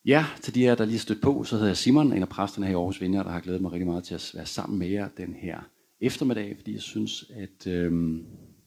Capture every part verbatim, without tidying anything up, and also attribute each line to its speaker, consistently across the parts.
Speaker 1: Ja, til de her, der lige er stødt på, så hedder jeg Simon, en af præsterne her i Aarhus Vineyard, der har glædet mig rigtig meget til at være sammen med jer den her eftermiddag, fordi jeg synes, at øhm,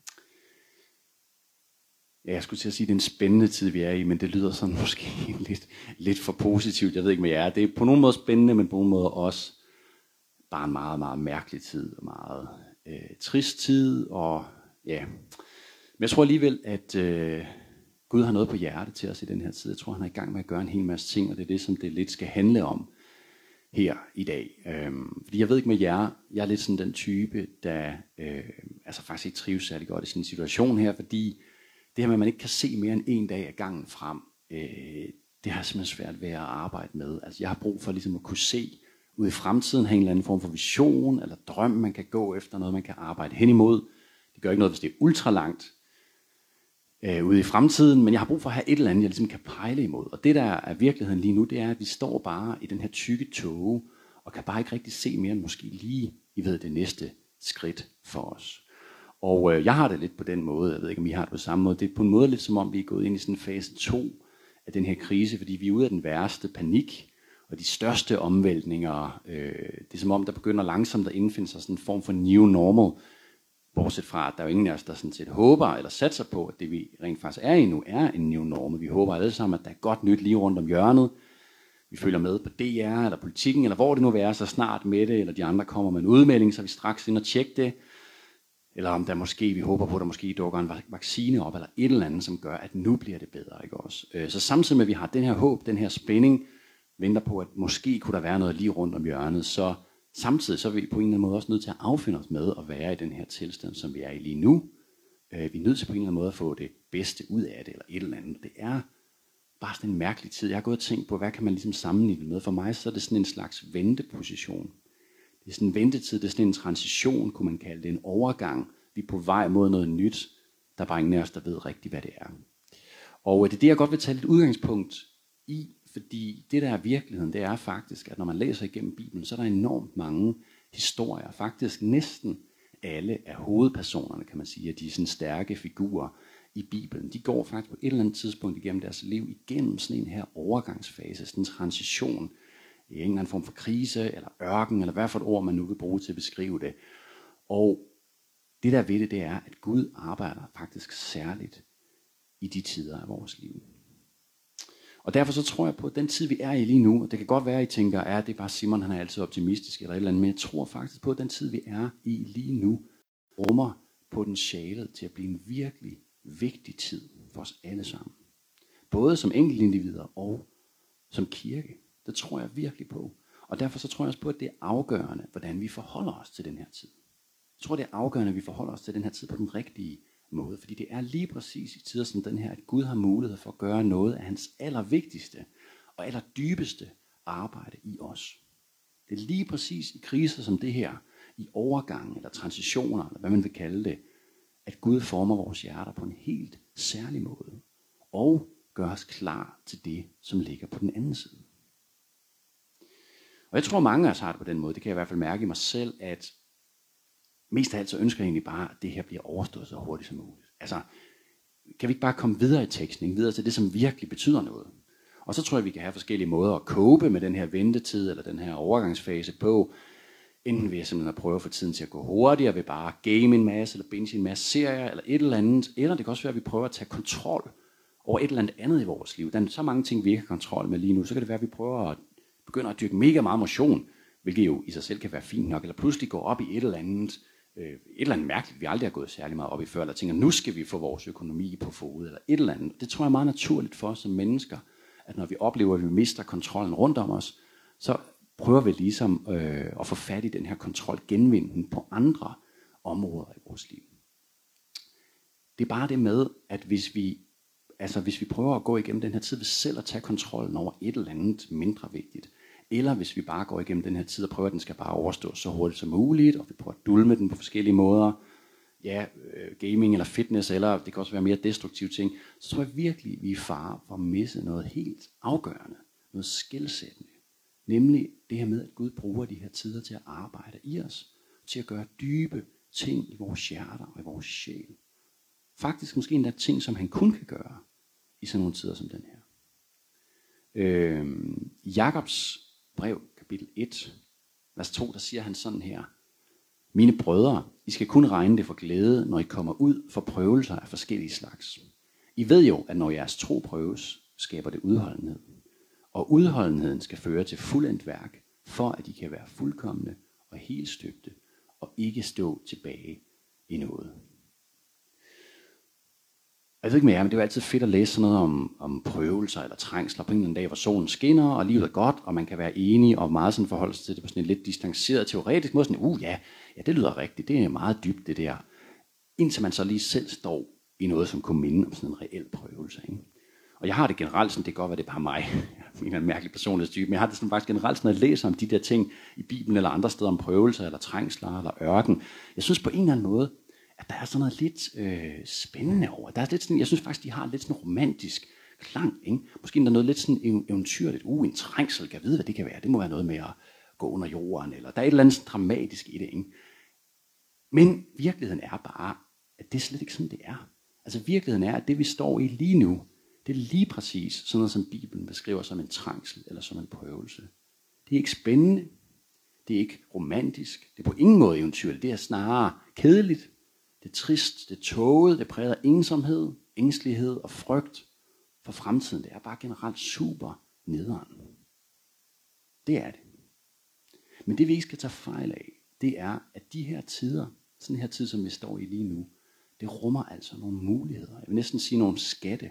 Speaker 1: ja, jeg skulle til at sige, at det er en spændende tid, vi er i, men det lyder sådan måske lidt, lidt for positivt. Jeg ved ikke med jer. Det er på nogen måde spændende, men på nogen måde også bare en meget, meget mærkelig tid, og meget øh, trist tid, og ja. Men jeg tror alligevel, at øh, Gud har noget på hjertet til os i den her tid. Jeg tror, han er i gang med at gøre en hel masse ting, og det er det, som det lidt skal handle om her i dag. Øhm, fordi jeg ved ikke med jer, jeg er lidt sådan den type, der øh, altså faktisk ikke trives særlig godt i sådan en situation her, fordi det her med, at man ikke kan se mere end en dag ad gangen frem, øh, det har jeg simpelthen svært ved at arbejde med. Altså jeg har brug for ligesom at kunne se ud i fremtiden, have en eller anden form for vision, eller drøm, man kan gå efter, noget man kan arbejde hen imod. Det gør ikke noget, hvis det er ultra langt øh, ude i fremtiden, men jeg har brug for at have et eller andet, jeg ligesom kan pejle imod. Og det, der er virkeligheden lige nu, det er, at vi står bare i den her tykke tåge, og kan bare ikke rigtig se mere end måske lige, I ved, det næste skridt for os. Og øh, jeg har det lidt på den måde, jeg ved ikke, om I har det på samme måde. Det er på en måde lidt som om, vi er gået ind i sådan en fase to af den her krise, fordi vi er ude af den værste panik, og de største omvæltninger. Øh, det er som om, der begynder langsomt at indfinde sig sådan en form for new normal, bortset fra, at der er jo ingen af os, der sådan set håber eller satser på, at det vi rent faktisk er i nu, er en new normal. Vi håber alle sammen, at der er godt nyt lige rundt om hjørnet. Vi følger med på D R eller Politikken, eller hvor det nu er, så snart med det, eller de andre kommer med en udmelding, så er vi straks ind og tjekke det. Eller om der måske, vi håber på, at der måske dukker en vaccine op, eller et eller andet, som gør, at nu bliver det bedre, ikke også? Så samtidig med, at vi har den her håb, den her spænding, venter på, at måske kunne der være noget lige rundt om hjørnet, så samtidig så er vi på en eller anden måde også nødt til at affinde os med at være i den her tilstand, som vi er i lige nu. Vi er nødt til på en eller anden måde at få det bedste ud af det, eller et eller andet. Det er bare sådan en mærkelig tid. Jeg har gået og tænkt på, hvad kan man ligesom sammenligne med? For mig så er det sådan en slags venteposition. Det er sådan en ventetid, det er sådan en transition, kunne man kalde det, en overgang. Vi er på vej mod noget nyt, der er bare ingen af os, der ved rigtigt, hvad det er. Og det er det, jeg godt vil tage lidt udgangspunkt i, fordi det, der er virkeligheden, det er faktisk, at når man læser igennem Bibelen, så er der enormt mange historier. Faktisk næsten alle af hovedpersonerne, kan man sige, at de er sådan stærke figurer i Bibelen. De går faktisk på et eller andet tidspunkt igennem deres liv, igennem sådan en her overgangsfase, sådan en transition, i en eller anden form for krise, eller ørken, eller hvad for et ord, man nu vil bruge til at beskrive det. Og det der ved det, det er, at Gud arbejder faktisk særligt i de tider af vores liv. Og derfor så tror jeg på, at den tid, vi er i lige nu, og det kan godt være, at I tænker, at det er bare Simon, han er altid optimistisk, eller et eller andet, men jeg tror faktisk på, at den tid, vi er i lige nu, rummer potentialet til at blive en virkelig vigtig tid for os alle sammen. Både som enkeltindivider og som kirke. Det tror jeg virkelig på. Og derfor så tror jeg også på, at det er afgørende, hvordan vi forholder os til den her tid. Jeg tror, det er afgørende, at vi forholder os til den her tid på den rigtige måde. Fordi det er lige præcis i tider som den her, at Gud har mulighed for at gøre noget af hans allervigtigste og allerdybeste arbejde i os. Det er lige præcis i kriser som det her, i overgang eller transitioner, eller hvad man vil kalde det, at Gud former vores hjerter på en helt særlig måde. Og gør os klar til det, som ligger på den anden side. Og jeg tror, mange af os har det på den måde. Det kan jeg i hvert fald mærke i mig selv, at mest af alt så ønsker jeg egentlig bare, at det her bliver overstået så hurtigt som muligt. Altså, kan vi ikke bare komme videre i teksten, videre til det, som virkelig betyder noget? Og så tror jeg, vi kan have forskellige måder at cope med den her ventetid, eller den her overgangsfase på. Enten ved simpelthen at prøve at få tiden til at gå hurtigere, ved bare at game en masse, eller binge en masse serier, eller et eller andet. Eller det kan også være, at vi prøver at tage kontrol over et eller andet andet i vores liv. Der er så mange ting, vi ikke har kontrol med lige nu. Så kan det være, at vi prøver at begynde at dyrke mega meget motion, hvilket jo i sig selv kan være fint nok, eller pludselig gå op i et eller andet, øh, et eller andet mærkeligt, vi aldrig har gået særlig meget op i før, eller tænker, nu skal vi få vores økonomi på fod, eller et eller andet. Det tror jeg er meget naturligt for os som mennesker, at når vi oplever, at vi mister kontrollen rundt om os, så prøver vi ligesom øh, at få fat i den her kontrol, genvinde den på andre områder i vores liv. Det er bare det med, at hvis vi, altså hvis vi prøver at gå igennem den her tid ved selv at tage kontrollen over et eller andet mindre vigtigt, eller hvis vi bare går igennem den her tid og prøver, at den skal bare overstå så hurtigt som muligt, og vi prøver at dulme den på forskellige måder, ja, øh, gaming eller fitness, eller det kan også være mere destruktive ting, så tror jeg virkelig, vi er i fare for at misse noget helt afgørende, noget skelsættende. Nemlig det her med, at Gud bruger de her tider til at arbejde i os, til at gøre dybe ting i vores hjerter og i vores sjæl. Faktisk måske endda ting, som han kun kan gøre i sådan nogle tider som den her. Øh, I Jakobs brev, kapitel et, vers to, der siger han sådan her: Mine brødre, I skal kun regne det for glæde, når I kommer ud for prøvelser af forskellige slags. I ved jo, at når jeres tro prøves, skaber det udholdenhed. Og udholdenheden skal føre til fuldendt værk, for at I kan være fuldkomne og helt støbte, og ikke stå tilbage i noget. Jeg ved ikke med jer, men det er jo altid fedt at læse sådan noget om, om prøvelser eller trængsler på en eller anden dag, hvor solen skinner, og livet er godt, og man kan være enig og meget sådan forholde sig til det på sådan en lidt distanceret teoretisk måde. Sådan, uh ja, ja, det lyder rigtigt, det er meget dybt det der. Indtil man så lige selv står i noget, som kunne minde om sådan en reel prøvelse. Ikke? Og jeg har det generelt sådan, det kan godt være, det er bare mig, jeg er en mærkelig personlighedstype, men jeg har det sådan faktisk generelt sådan, at jeg læser om de der ting i Bibelen eller andre steder om prøvelser, eller trængsler, eller ørken. Jeg synes på en eller anden måde, at der er sådan noget lidt øh, spændende over. Der er lidt sådan, jeg synes faktisk, de har lidt sådan romantisk klang. Ikke? Måske der er noget lidt sådan eventyrligt. Uh, en trængsel, kan jeg vide, hvad det kan være. Det må være noget med at gå under jorden, eller der er et eller andet dramatisk i det. Ikke? Men virkeligheden er bare, at det er slet ikke sådan, det er. Altså virkeligheden er, at det vi står i lige nu, det er lige præcis sådan noget, som Bibelen beskriver som en trængsel, eller som en prøvelse. Det er ikke spændende. Det er ikke romantisk. Det er på ingen måde eventyrligt. Det er snarere kedeligt. Det er trist, det er tåget, det præger ensomhed, ængstelighed og frygt for fremtiden. Det er bare generelt super nederen. Det er det. Men det vi ikke skal tage fejl af, det er, at de her tider, sådan her tid som vi står i lige nu, det rummer altså nogle muligheder. Jeg vil næsten sige nogle skatte,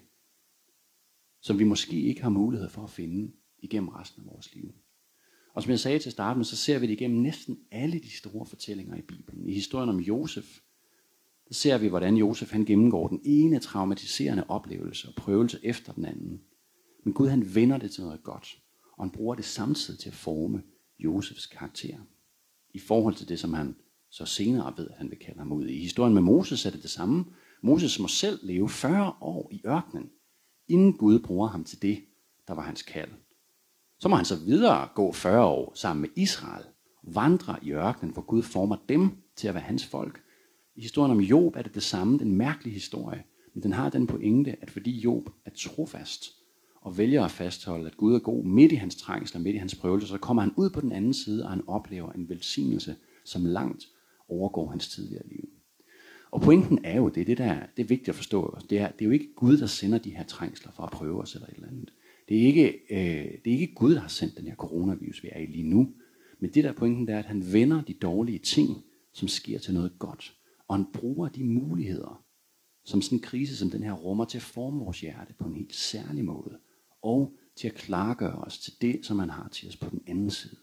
Speaker 1: som vi måske ikke har mulighed for at finde igennem resten af vores liv. Og som jeg sagde til starten, så ser vi det igennem næsten alle de store fortællinger i Bibelen. I historien om Josef, der ser vi, hvordan Josef han gennemgår den ene traumatiserende oplevelse og prøvelse efter den anden. Men Gud han vender det til noget godt, og han bruger det samtidig til at forme Josefs karakter. I forhold til det, som han så senere ved, at han vil kalde ham ud. I historien med Moses er det det samme. Moses må selv leve fyrre år i ørkenen, inden Gud bruger ham til det, der var hans kald. Så må han så videre gå fyrre år sammen med Israel, vandre i ørkenen, hvor Gud former dem til at være hans folk. I historien om Job er det det samme, den mærkelige historie, men den har den pointe, at fordi Job er trofast og vælger at fastholde, at Gud er god midt i hans trængsler, midt i hans prøvelser, så kommer han ud på den anden side, og han oplever en velsignelse, som langt overgår hans tidligere liv. Og pointen er jo, det er, det der, det er vigtigt at forstå, det er, det er jo ikke Gud, der sender de her trængsler for at prøve os eller et eller andet. Det er ikke, øh, det er ikke Gud, der har sendt den her coronavirus, vi er i lige nu. Men det der pointen, der er, at han vender de dårlige ting, som sker til noget godt. Og han bruger de muligheder, som sådan en krise som den her rummer, til at forme vores hjerte på en helt særlig måde. Og til at klargøre os til det, som han har til os på den anden side.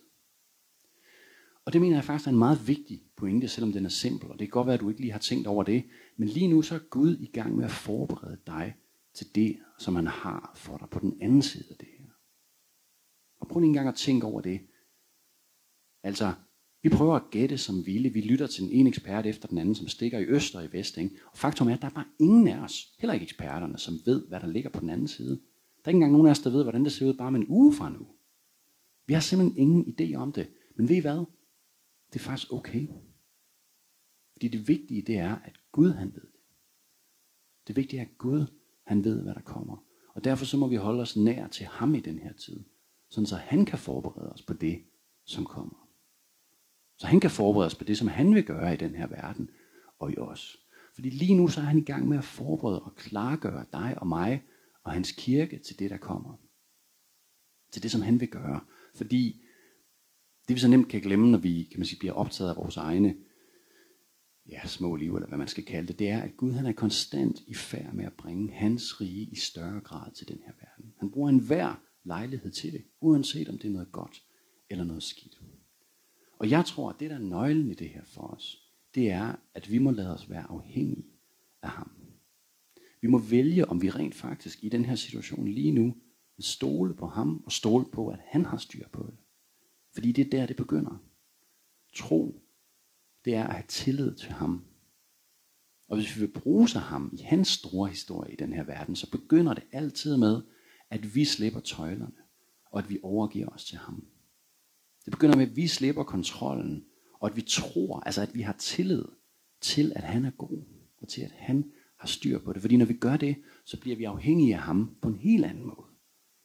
Speaker 1: Og det mener jeg faktisk er en meget vigtig pointe, selvom den er simpel. Og det kan godt være, at du ikke lige har tænkt over det. Men lige nu så er Gud i gang med at forberede dig til det, som han har for dig på den anden side af det her. Og prøv lige en gang at tænke over det. Altså, vi prøver at gætte som vilde. Vi lytter til den ene ekspert efter den anden, som stikker i øst og i vest. Ikke? Og faktum er, at der er bare ingen af os, heller ikke eksperterne, som ved, hvad der ligger på den anden side. Der er ikke engang nogen af os, der ved, hvordan det ser ud bare med en uge fra nu. Vi har simpelthen ingen idé om det. Men ved I hvad? Det er faktisk okay. Fordi det vigtige, det er, at Gud han ved det. Det vigtige er, at Gud han ved, hvad der kommer. Og derfor så må vi holde os nær til ham i den her tid. Sådan så han kan forberede os på det, som kommer. Så han kan forberede os på det, som han vil gøre i den her verden og i os. Fordi lige nu så er han i gang med at forberede og klargøre dig og mig og hans kirke til det, der kommer. Til det, som han vil gøre. Fordi det vi så nemt kan glemme, når vi kan man sige, bliver optaget af vores egne ja, små liv, eller hvad man skal kalde det, det er, at Gud han er konstant i færd med at bringe hans rige i større grad til den her verden. Han bruger enhver lejlighed til det, uanset om det er noget godt eller noget skidt. Og jeg tror, at det der er nøglen i det her for os, det er, at vi må lade os være afhængige af ham. Vi må vælge, om vi rent faktisk i den her situation lige nu vil stole på ham og stole på, at han har styr på det. Fordi det er der, det begynder. Tro, det er at have tillid til ham. Og hvis vi vil bruge sig ham i hans store historie i den her verden, så begynder det altid med, at vi slipper tøjlerne, og at vi overgiver os til ham. Det begynder med, at vi slipper kontrollen, og at vi tror, altså at vi har tillid til, at han er god, og til, at han har styr på det. Fordi når vi gør det, så bliver vi afhængige af ham på en helt anden måde.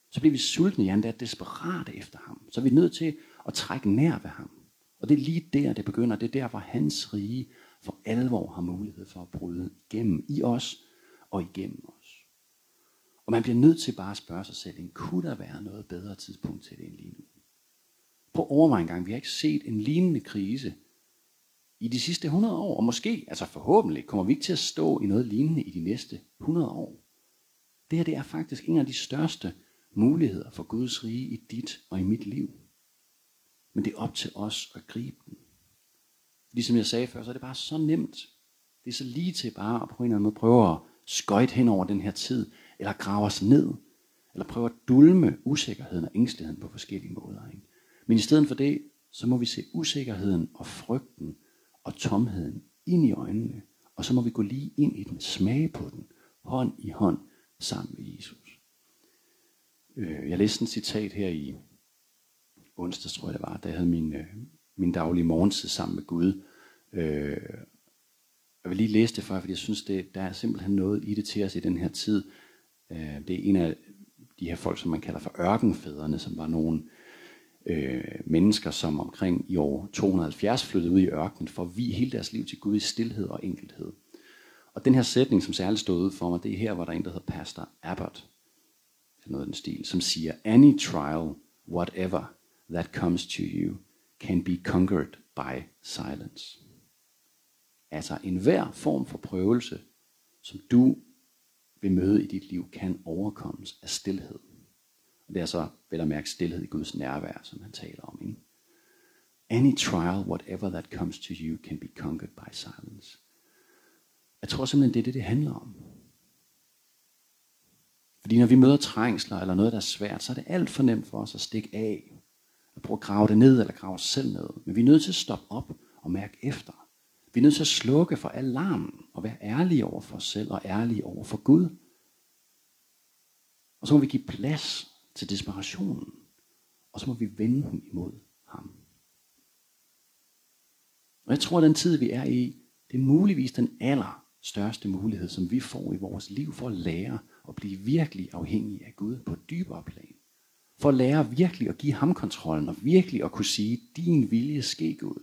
Speaker 1: Så bliver vi sultne, ja, der er desperate efter ham. Så er vi nødt til at trække nær ved ham. Og det er lige der, det begynder. Det er der, hvor hans rige for alvor har mulighed for at bryde igennem i os og igennem os. Og man bliver nødt til bare at spørge sig selv, kunne der være noget bedre tidspunkt til det end lige nu? Prøv at overveje en gang, vi har ikke set en lignende krise i de sidste hundrede år. Og måske, altså forhåbentlig, kommer vi ikke til at stå i noget lignende i de næste hundrede år. Det her, det er faktisk en af de største muligheder for Guds rige i dit og i mit liv. Men det er op til os at gribe den. Fordi som jeg sagde før, så er det bare så nemt. Det er så lige til bare at på en eller anden måde prøve at skøjte hen over den her tid, eller grave os ned, eller prøve at dulme usikkerheden og ængsteligheden på forskellige måder. Ikke? Men i stedet for det, så må vi se usikkerheden og frygten og tomheden ind i øjnene, og så må vi gå lige ind i den, smage på den, hånd i hånd, sammen med Jesus. Jeg læste en citat her i onsdags, tror jeg det var, da jeg havde min, min daglige morgentid sammen med Gud. Jeg vil lige læse det for jer, fordi jeg synes, det, der er simpelthen noget i det til os i den her tid. Det er en af de her folk, som man kalder for ørkenfædrene, som var nogle øh, mennesker, som omkring i år to hundrede og halvfjerds flyttede ud i ørkenen for at vie hele deres liv til Gud i stilhed og enkelhed. Og den her sætning, som særligt stod ud for mig, det er her, hvor der er en, der hedder Pastor Abbott, eller noget af den stil, som siger, any trial, whatever that comes to you, can be conquered by silence. Altså enhver form for prøvelse, som du vil møde i dit liv, kan overkommes af stilhed. Og det er så vel at mærke stilhed i Guds nærvær, som han taler om. Ikke? Any trial, whatever that comes to you, can be conquered by silence. Jeg tror simpelthen, det er det, det handler om. Fordi når vi møder trængsler eller noget, der er svært, så er det alt for nemt for os at stikke af. At prøve at grave det ned eller grave os selv ned. Men vi er nødt til at stoppe op og mærke efter. Vi er nødt til at slukke for alarmen og være ærlige over for os selv og ærlige over for Gud. Og så må vi give plads til desperationen. Og så må vi vende den imod ham. Og jeg tror, at den tid, vi er i, det er muligvis den allerstørste mulighed, som vi får i vores liv for at lære at blive virkelig afhængige af Gud på et dybere plan. For at lære virkelig at give ham kontrollen og virkelig at kunne sige, din vilje ske, Gud.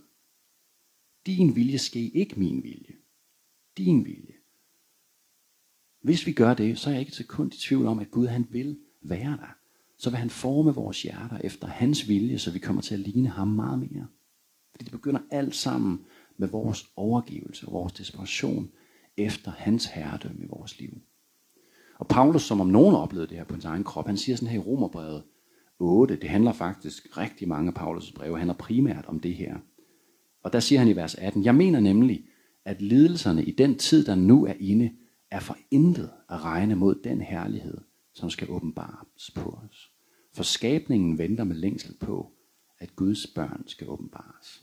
Speaker 1: Din vilje ske, ikke min vilje. Din vilje. Hvis vi gør det, så er jeg ikke et sekund i tvivl om, at Gud han vil være der. Så vil han forme vores hjerter efter hans vilje, så vi kommer til at ligne ham meget mere. Fordi det begynder alt sammen med vores overgivelse og vores desperation efter hans herredømme i vores liv. Og Paulus, som om nogen oplevede det her på hans egen krop, han siger sådan her i Romerbrevet otte, det handler faktisk rigtig mange af Paulus' breve, handler primært om det her. Og der siger han i vers atten, jeg mener nemlig, at lidelserne i den tid, der nu er inde, er for intet at regne mod den herlighed, som skal åbenbares på os. For skabningen venter med længsel på, at Guds børn skal åbenbares.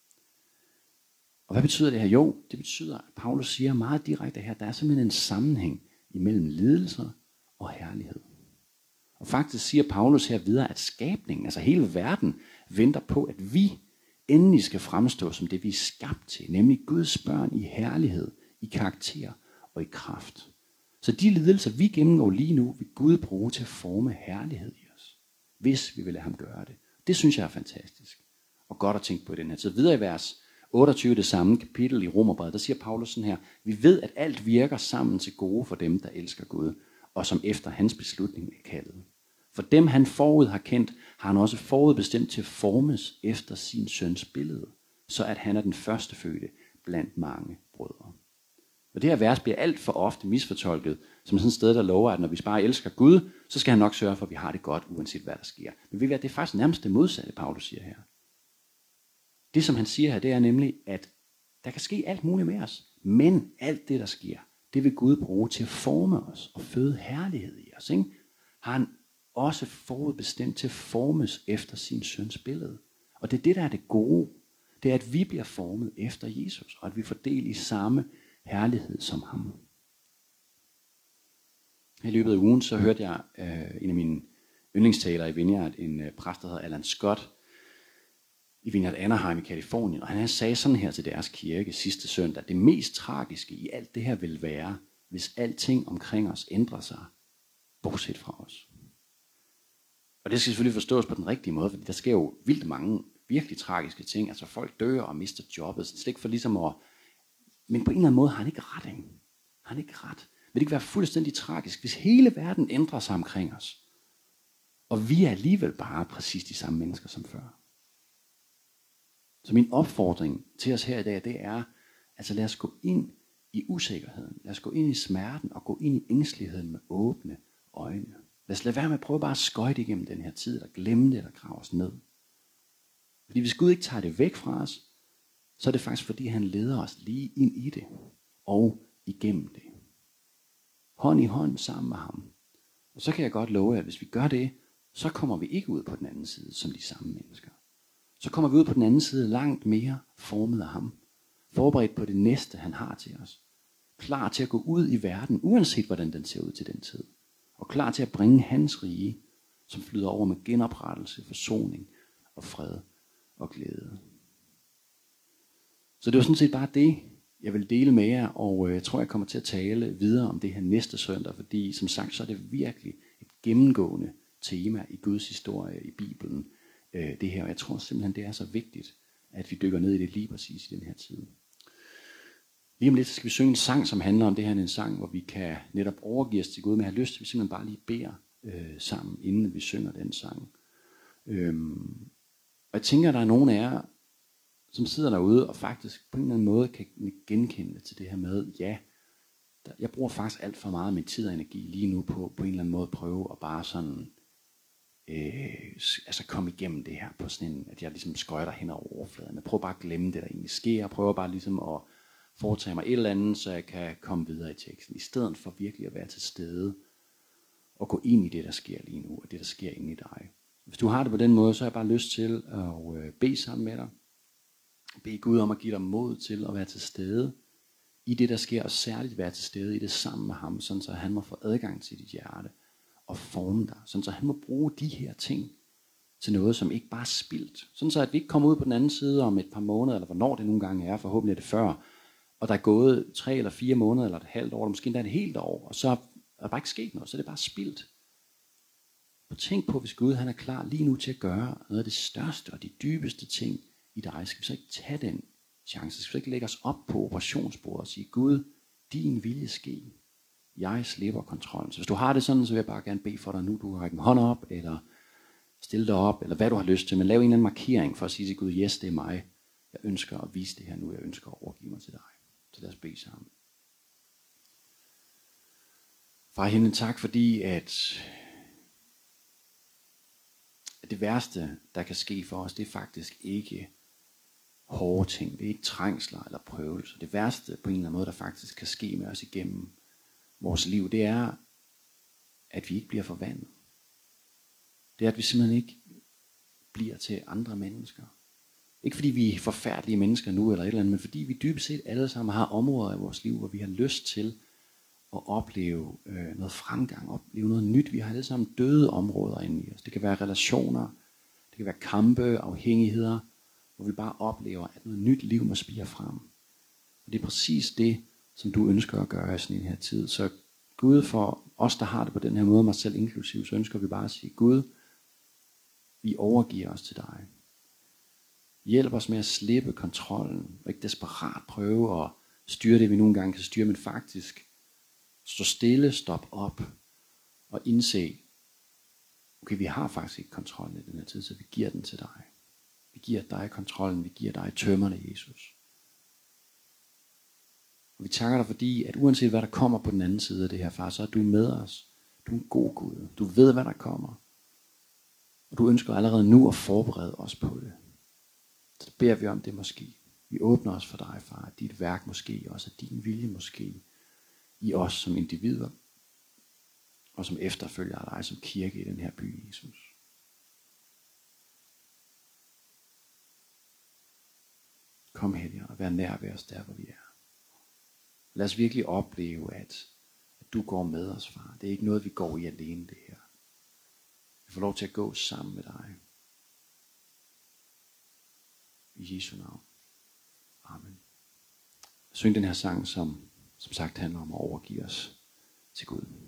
Speaker 1: Og hvad betyder det her? Jo, det betyder, at Paulus siger meget direkte her, der er simpelthen en sammenhæng imellem lidelser og herlighed. Og faktisk siger Paulus her videre, at skabningen, altså hele verden, venter på, at vi endelig skal fremstå som det, vi er skabt til, nemlig Guds børn i herlighed, i karakter og i kraft. Så de lidelser, vi gennemgår lige nu, vil Gud bruge til at forme herlighed i os, hvis vi vil lade ham gøre det. Det synes jeg er fantastisk og godt at tænke på i den her tid. Videre i vers otteogtyve, det samme kapitel i Romerbrevet, der siger Paulus sådan her, vi ved, at alt virker sammen til gode for dem, der elsker Gud, og som efter hans beslutning er kaldet. For dem, han forud har kendt, har han også forudbestemt til at formes efter sin søns billede, så at han er den førstefødte blandt mange brødre. Og det her vers bliver alt for ofte misfortolket som sådan et sted, der lover, at når vi bare elsker Gud, så skal han nok sørge for, at vi har det godt, uanset hvad der sker. Men ved I hvad, det er faktisk nærmest det modsatte, Paulus siger her. Det, som han siger her, det er nemlig, at der kan ske alt muligt med os. Men alt det, der sker, det vil Gud bruge til at forme os og føde herlighed i os. Ikke? Har han også forudbestemt til at formes efter sin søns billede. Og det er det, der er det gode. Det er, at vi bliver formet efter Jesus, og at vi får del i samme herlighed som ham. I løbet af ugen, så hørte jeg øh, en af mine yndlingstalere i Vineyard, en øh, præst, der hedder Alan Scott, i Vineyard Anaheim i Kalifornien, og han sagde sådan her til deres kirke sidste søndag, at det mest tragiske i alt det her vil være, hvis alting omkring os ændrer sig, bortset fra os. Og det skal selvfølgelig forstås på den rigtige måde, fordi der sker jo vildt mange virkelig tragiske ting. Altså folk dør og mister jobbet, så det er ikke for ligesom at... Men på en eller anden måde har han ikke ret, ikke? Har han ikke ret? Vil det ikke være fuldstændig tragisk, hvis hele verden ændrer sig omkring os? Og vi er alligevel bare præcis de samme mennesker som før. Så min opfordring til os her i dag, det er, altså lad os gå ind i usikkerheden. Lad os gå ind i smerten og gå ind i ængsteligheden med åbne øjne. Lad os lade være med at prøve bare at skøjte igennem den her tid, eller glemme det, eller grave os ned. Fordi hvis Gud ikke tager det væk fra os, så er det faktisk fordi han leder os lige ind i det, og igennem det. Hånd i hånd sammen med ham. Og så kan jeg godt love, at hvis vi gør det, så kommer vi ikke ud på den anden side som de samme mennesker. Så kommer vi ud på den anden side langt mere formet af ham. Forberedt på det næste, han har til os. Klar til at gå ud i verden, uanset hvordan den ser ud til den tid. Og klar til at bringe hans rige, som flyder over med genoprettelse, forsoning og fred og glæde. Så det var sådan set bare det, jeg vil dele med jer, og jeg tror, jeg kommer til at tale videre om det her næste søndag, fordi som sagt, så er det virkelig et gennemgående tema i Guds historie i Bibelen, det her. Og jeg tror simpelthen, det er så vigtigt, at vi dykker ned i det lige præcis i den her tid. Lige om lidt skal vi synge en sang, som handler om det her, en sang, hvor vi kan netop overgive os til Gud, men jeg har lyst til, at vi simpelthen bare lige beder øh, sammen, inden vi synger den sang. Øhm, og jeg tænker, at der er nogen af jer, som sidder derude og faktisk på en eller anden måde kan genkende til det her med, ja, der, jeg bruger faktisk alt for meget af min tid og energi lige nu på på en eller anden måde at prøve at bare sådan, øh, altså komme igennem det her på sådan en, at jeg ligesom skøjter hen over overfladen. Jeg prøver bare at glemme det, der egentlig sker. Jeg prøver bare ligesom at foretage mig et eller andet, så jeg kan komme videre i teksten, i stedet for virkelig at være til stede og gå ind i det, der sker lige nu, og det, der sker inde i dig. Hvis du har det på den måde, så har jeg bare lyst til at bede sammen med dig. Bed Gud om at give dig mod til at være til stede i det, der sker, og særligt være til stede i det sammen med ham, sådan så han må få adgang til dit hjerte og forme dig, sådan så han må bruge de her ting til noget, som ikke bare er spildt. Sådan så at vi ikke kommer ud på den anden side om et par måneder, eller hvornår det nogle gange er, forhåbentlig er det før, og der er gået tre eller fire måneder, eller et halvt år, eller måske endda et helt år, og så er der bare ikke sket noget, så er det bare spildt. Og tænk på, hvis Gud han er klar lige nu til at gøre noget af det største og de dybeste ting i dig, skal vi så ikke tage den chance? Skal vi så ikke lægge os op på operationsbordet og sige, Gud, din vilje ske. Jeg slipper kontrollen. Så hvis du har det sådan, så vil jeg bare gerne bede for dig nu. Du kan række en hånd op, eller stille dig op, eller hvad du har lyst til. Men lav en eller anden markering for at sige til Gud, yes, det er mig. Jeg ønsker at vise det her nu. Jeg ønsker at overgive mig til dig. Så lad os bede sammen. Far i himlen, tak fordi, at, at det værste, der kan ske for os, det er faktisk ikke hårde ting. Det er ikke trængsler eller prøvelser. Det værste på en eller anden måde, der faktisk kan ske med os igennem vores liv, det er, at vi ikke bliver forvandlet. Det er, at vi simpelthen ikke bliver til andre mennesker. Ikke fordi vi er forfærdelige mennesker nu eller et eller andet, men fordi vi dybest set alle sammen har områder i vores liv, hvor vi har lyst til at opleve øh, noget fremgang, opleve noget nyt. Vi har alle sammen døde områder inde i os. Det kan være relationer, det kan være kampe, afhængigheder, hvor vi bare oplever, at noget nyt liv må spire frem. Og det er præcis det, som du ønsker at gøre i sådan en her tid. Så Gud, for os, der har det på den her måde, mig selv inklusiv, så ønsker vi bare at sige, Gud, vi overgiver os til dig. Hjælp os med at slippe kontrollen, og ikke desperat prøve at styre det, vi nogle gange kan styre, men faktisk stå stille, stop op og indse, okay, vi har faktisk ikke kontrollen i den her tid, så vi giver den til dig. Vi giver dig kontrollen, vi giver dig tømmerne, Jesus. Og vi takker dig fordi, at uanset hvad der kommer på den anden side af det her, far, så er du med os. Du er en god Gud. Du ved, hvad der kommer. Og du ønsker allerede nu at forberede os på det. Så beder vi om det måske. Vi åbner os for dig, far. Dit værk måske, også din vilje måske, i os som individer, og som efterfølger af dig som kirke i den her by, Jesus. Kom, Helligånd, og vær nær ved os der, hvor vi er. Lad os virkelig opleve, at, at du går med os, far. Det er ikke noget, vi går i alene, det her. Vi får lov til at gå sammen med dig. I Jesu navn. Amen. Syng den her sang, som som sagt handler om at overgive os til Gud.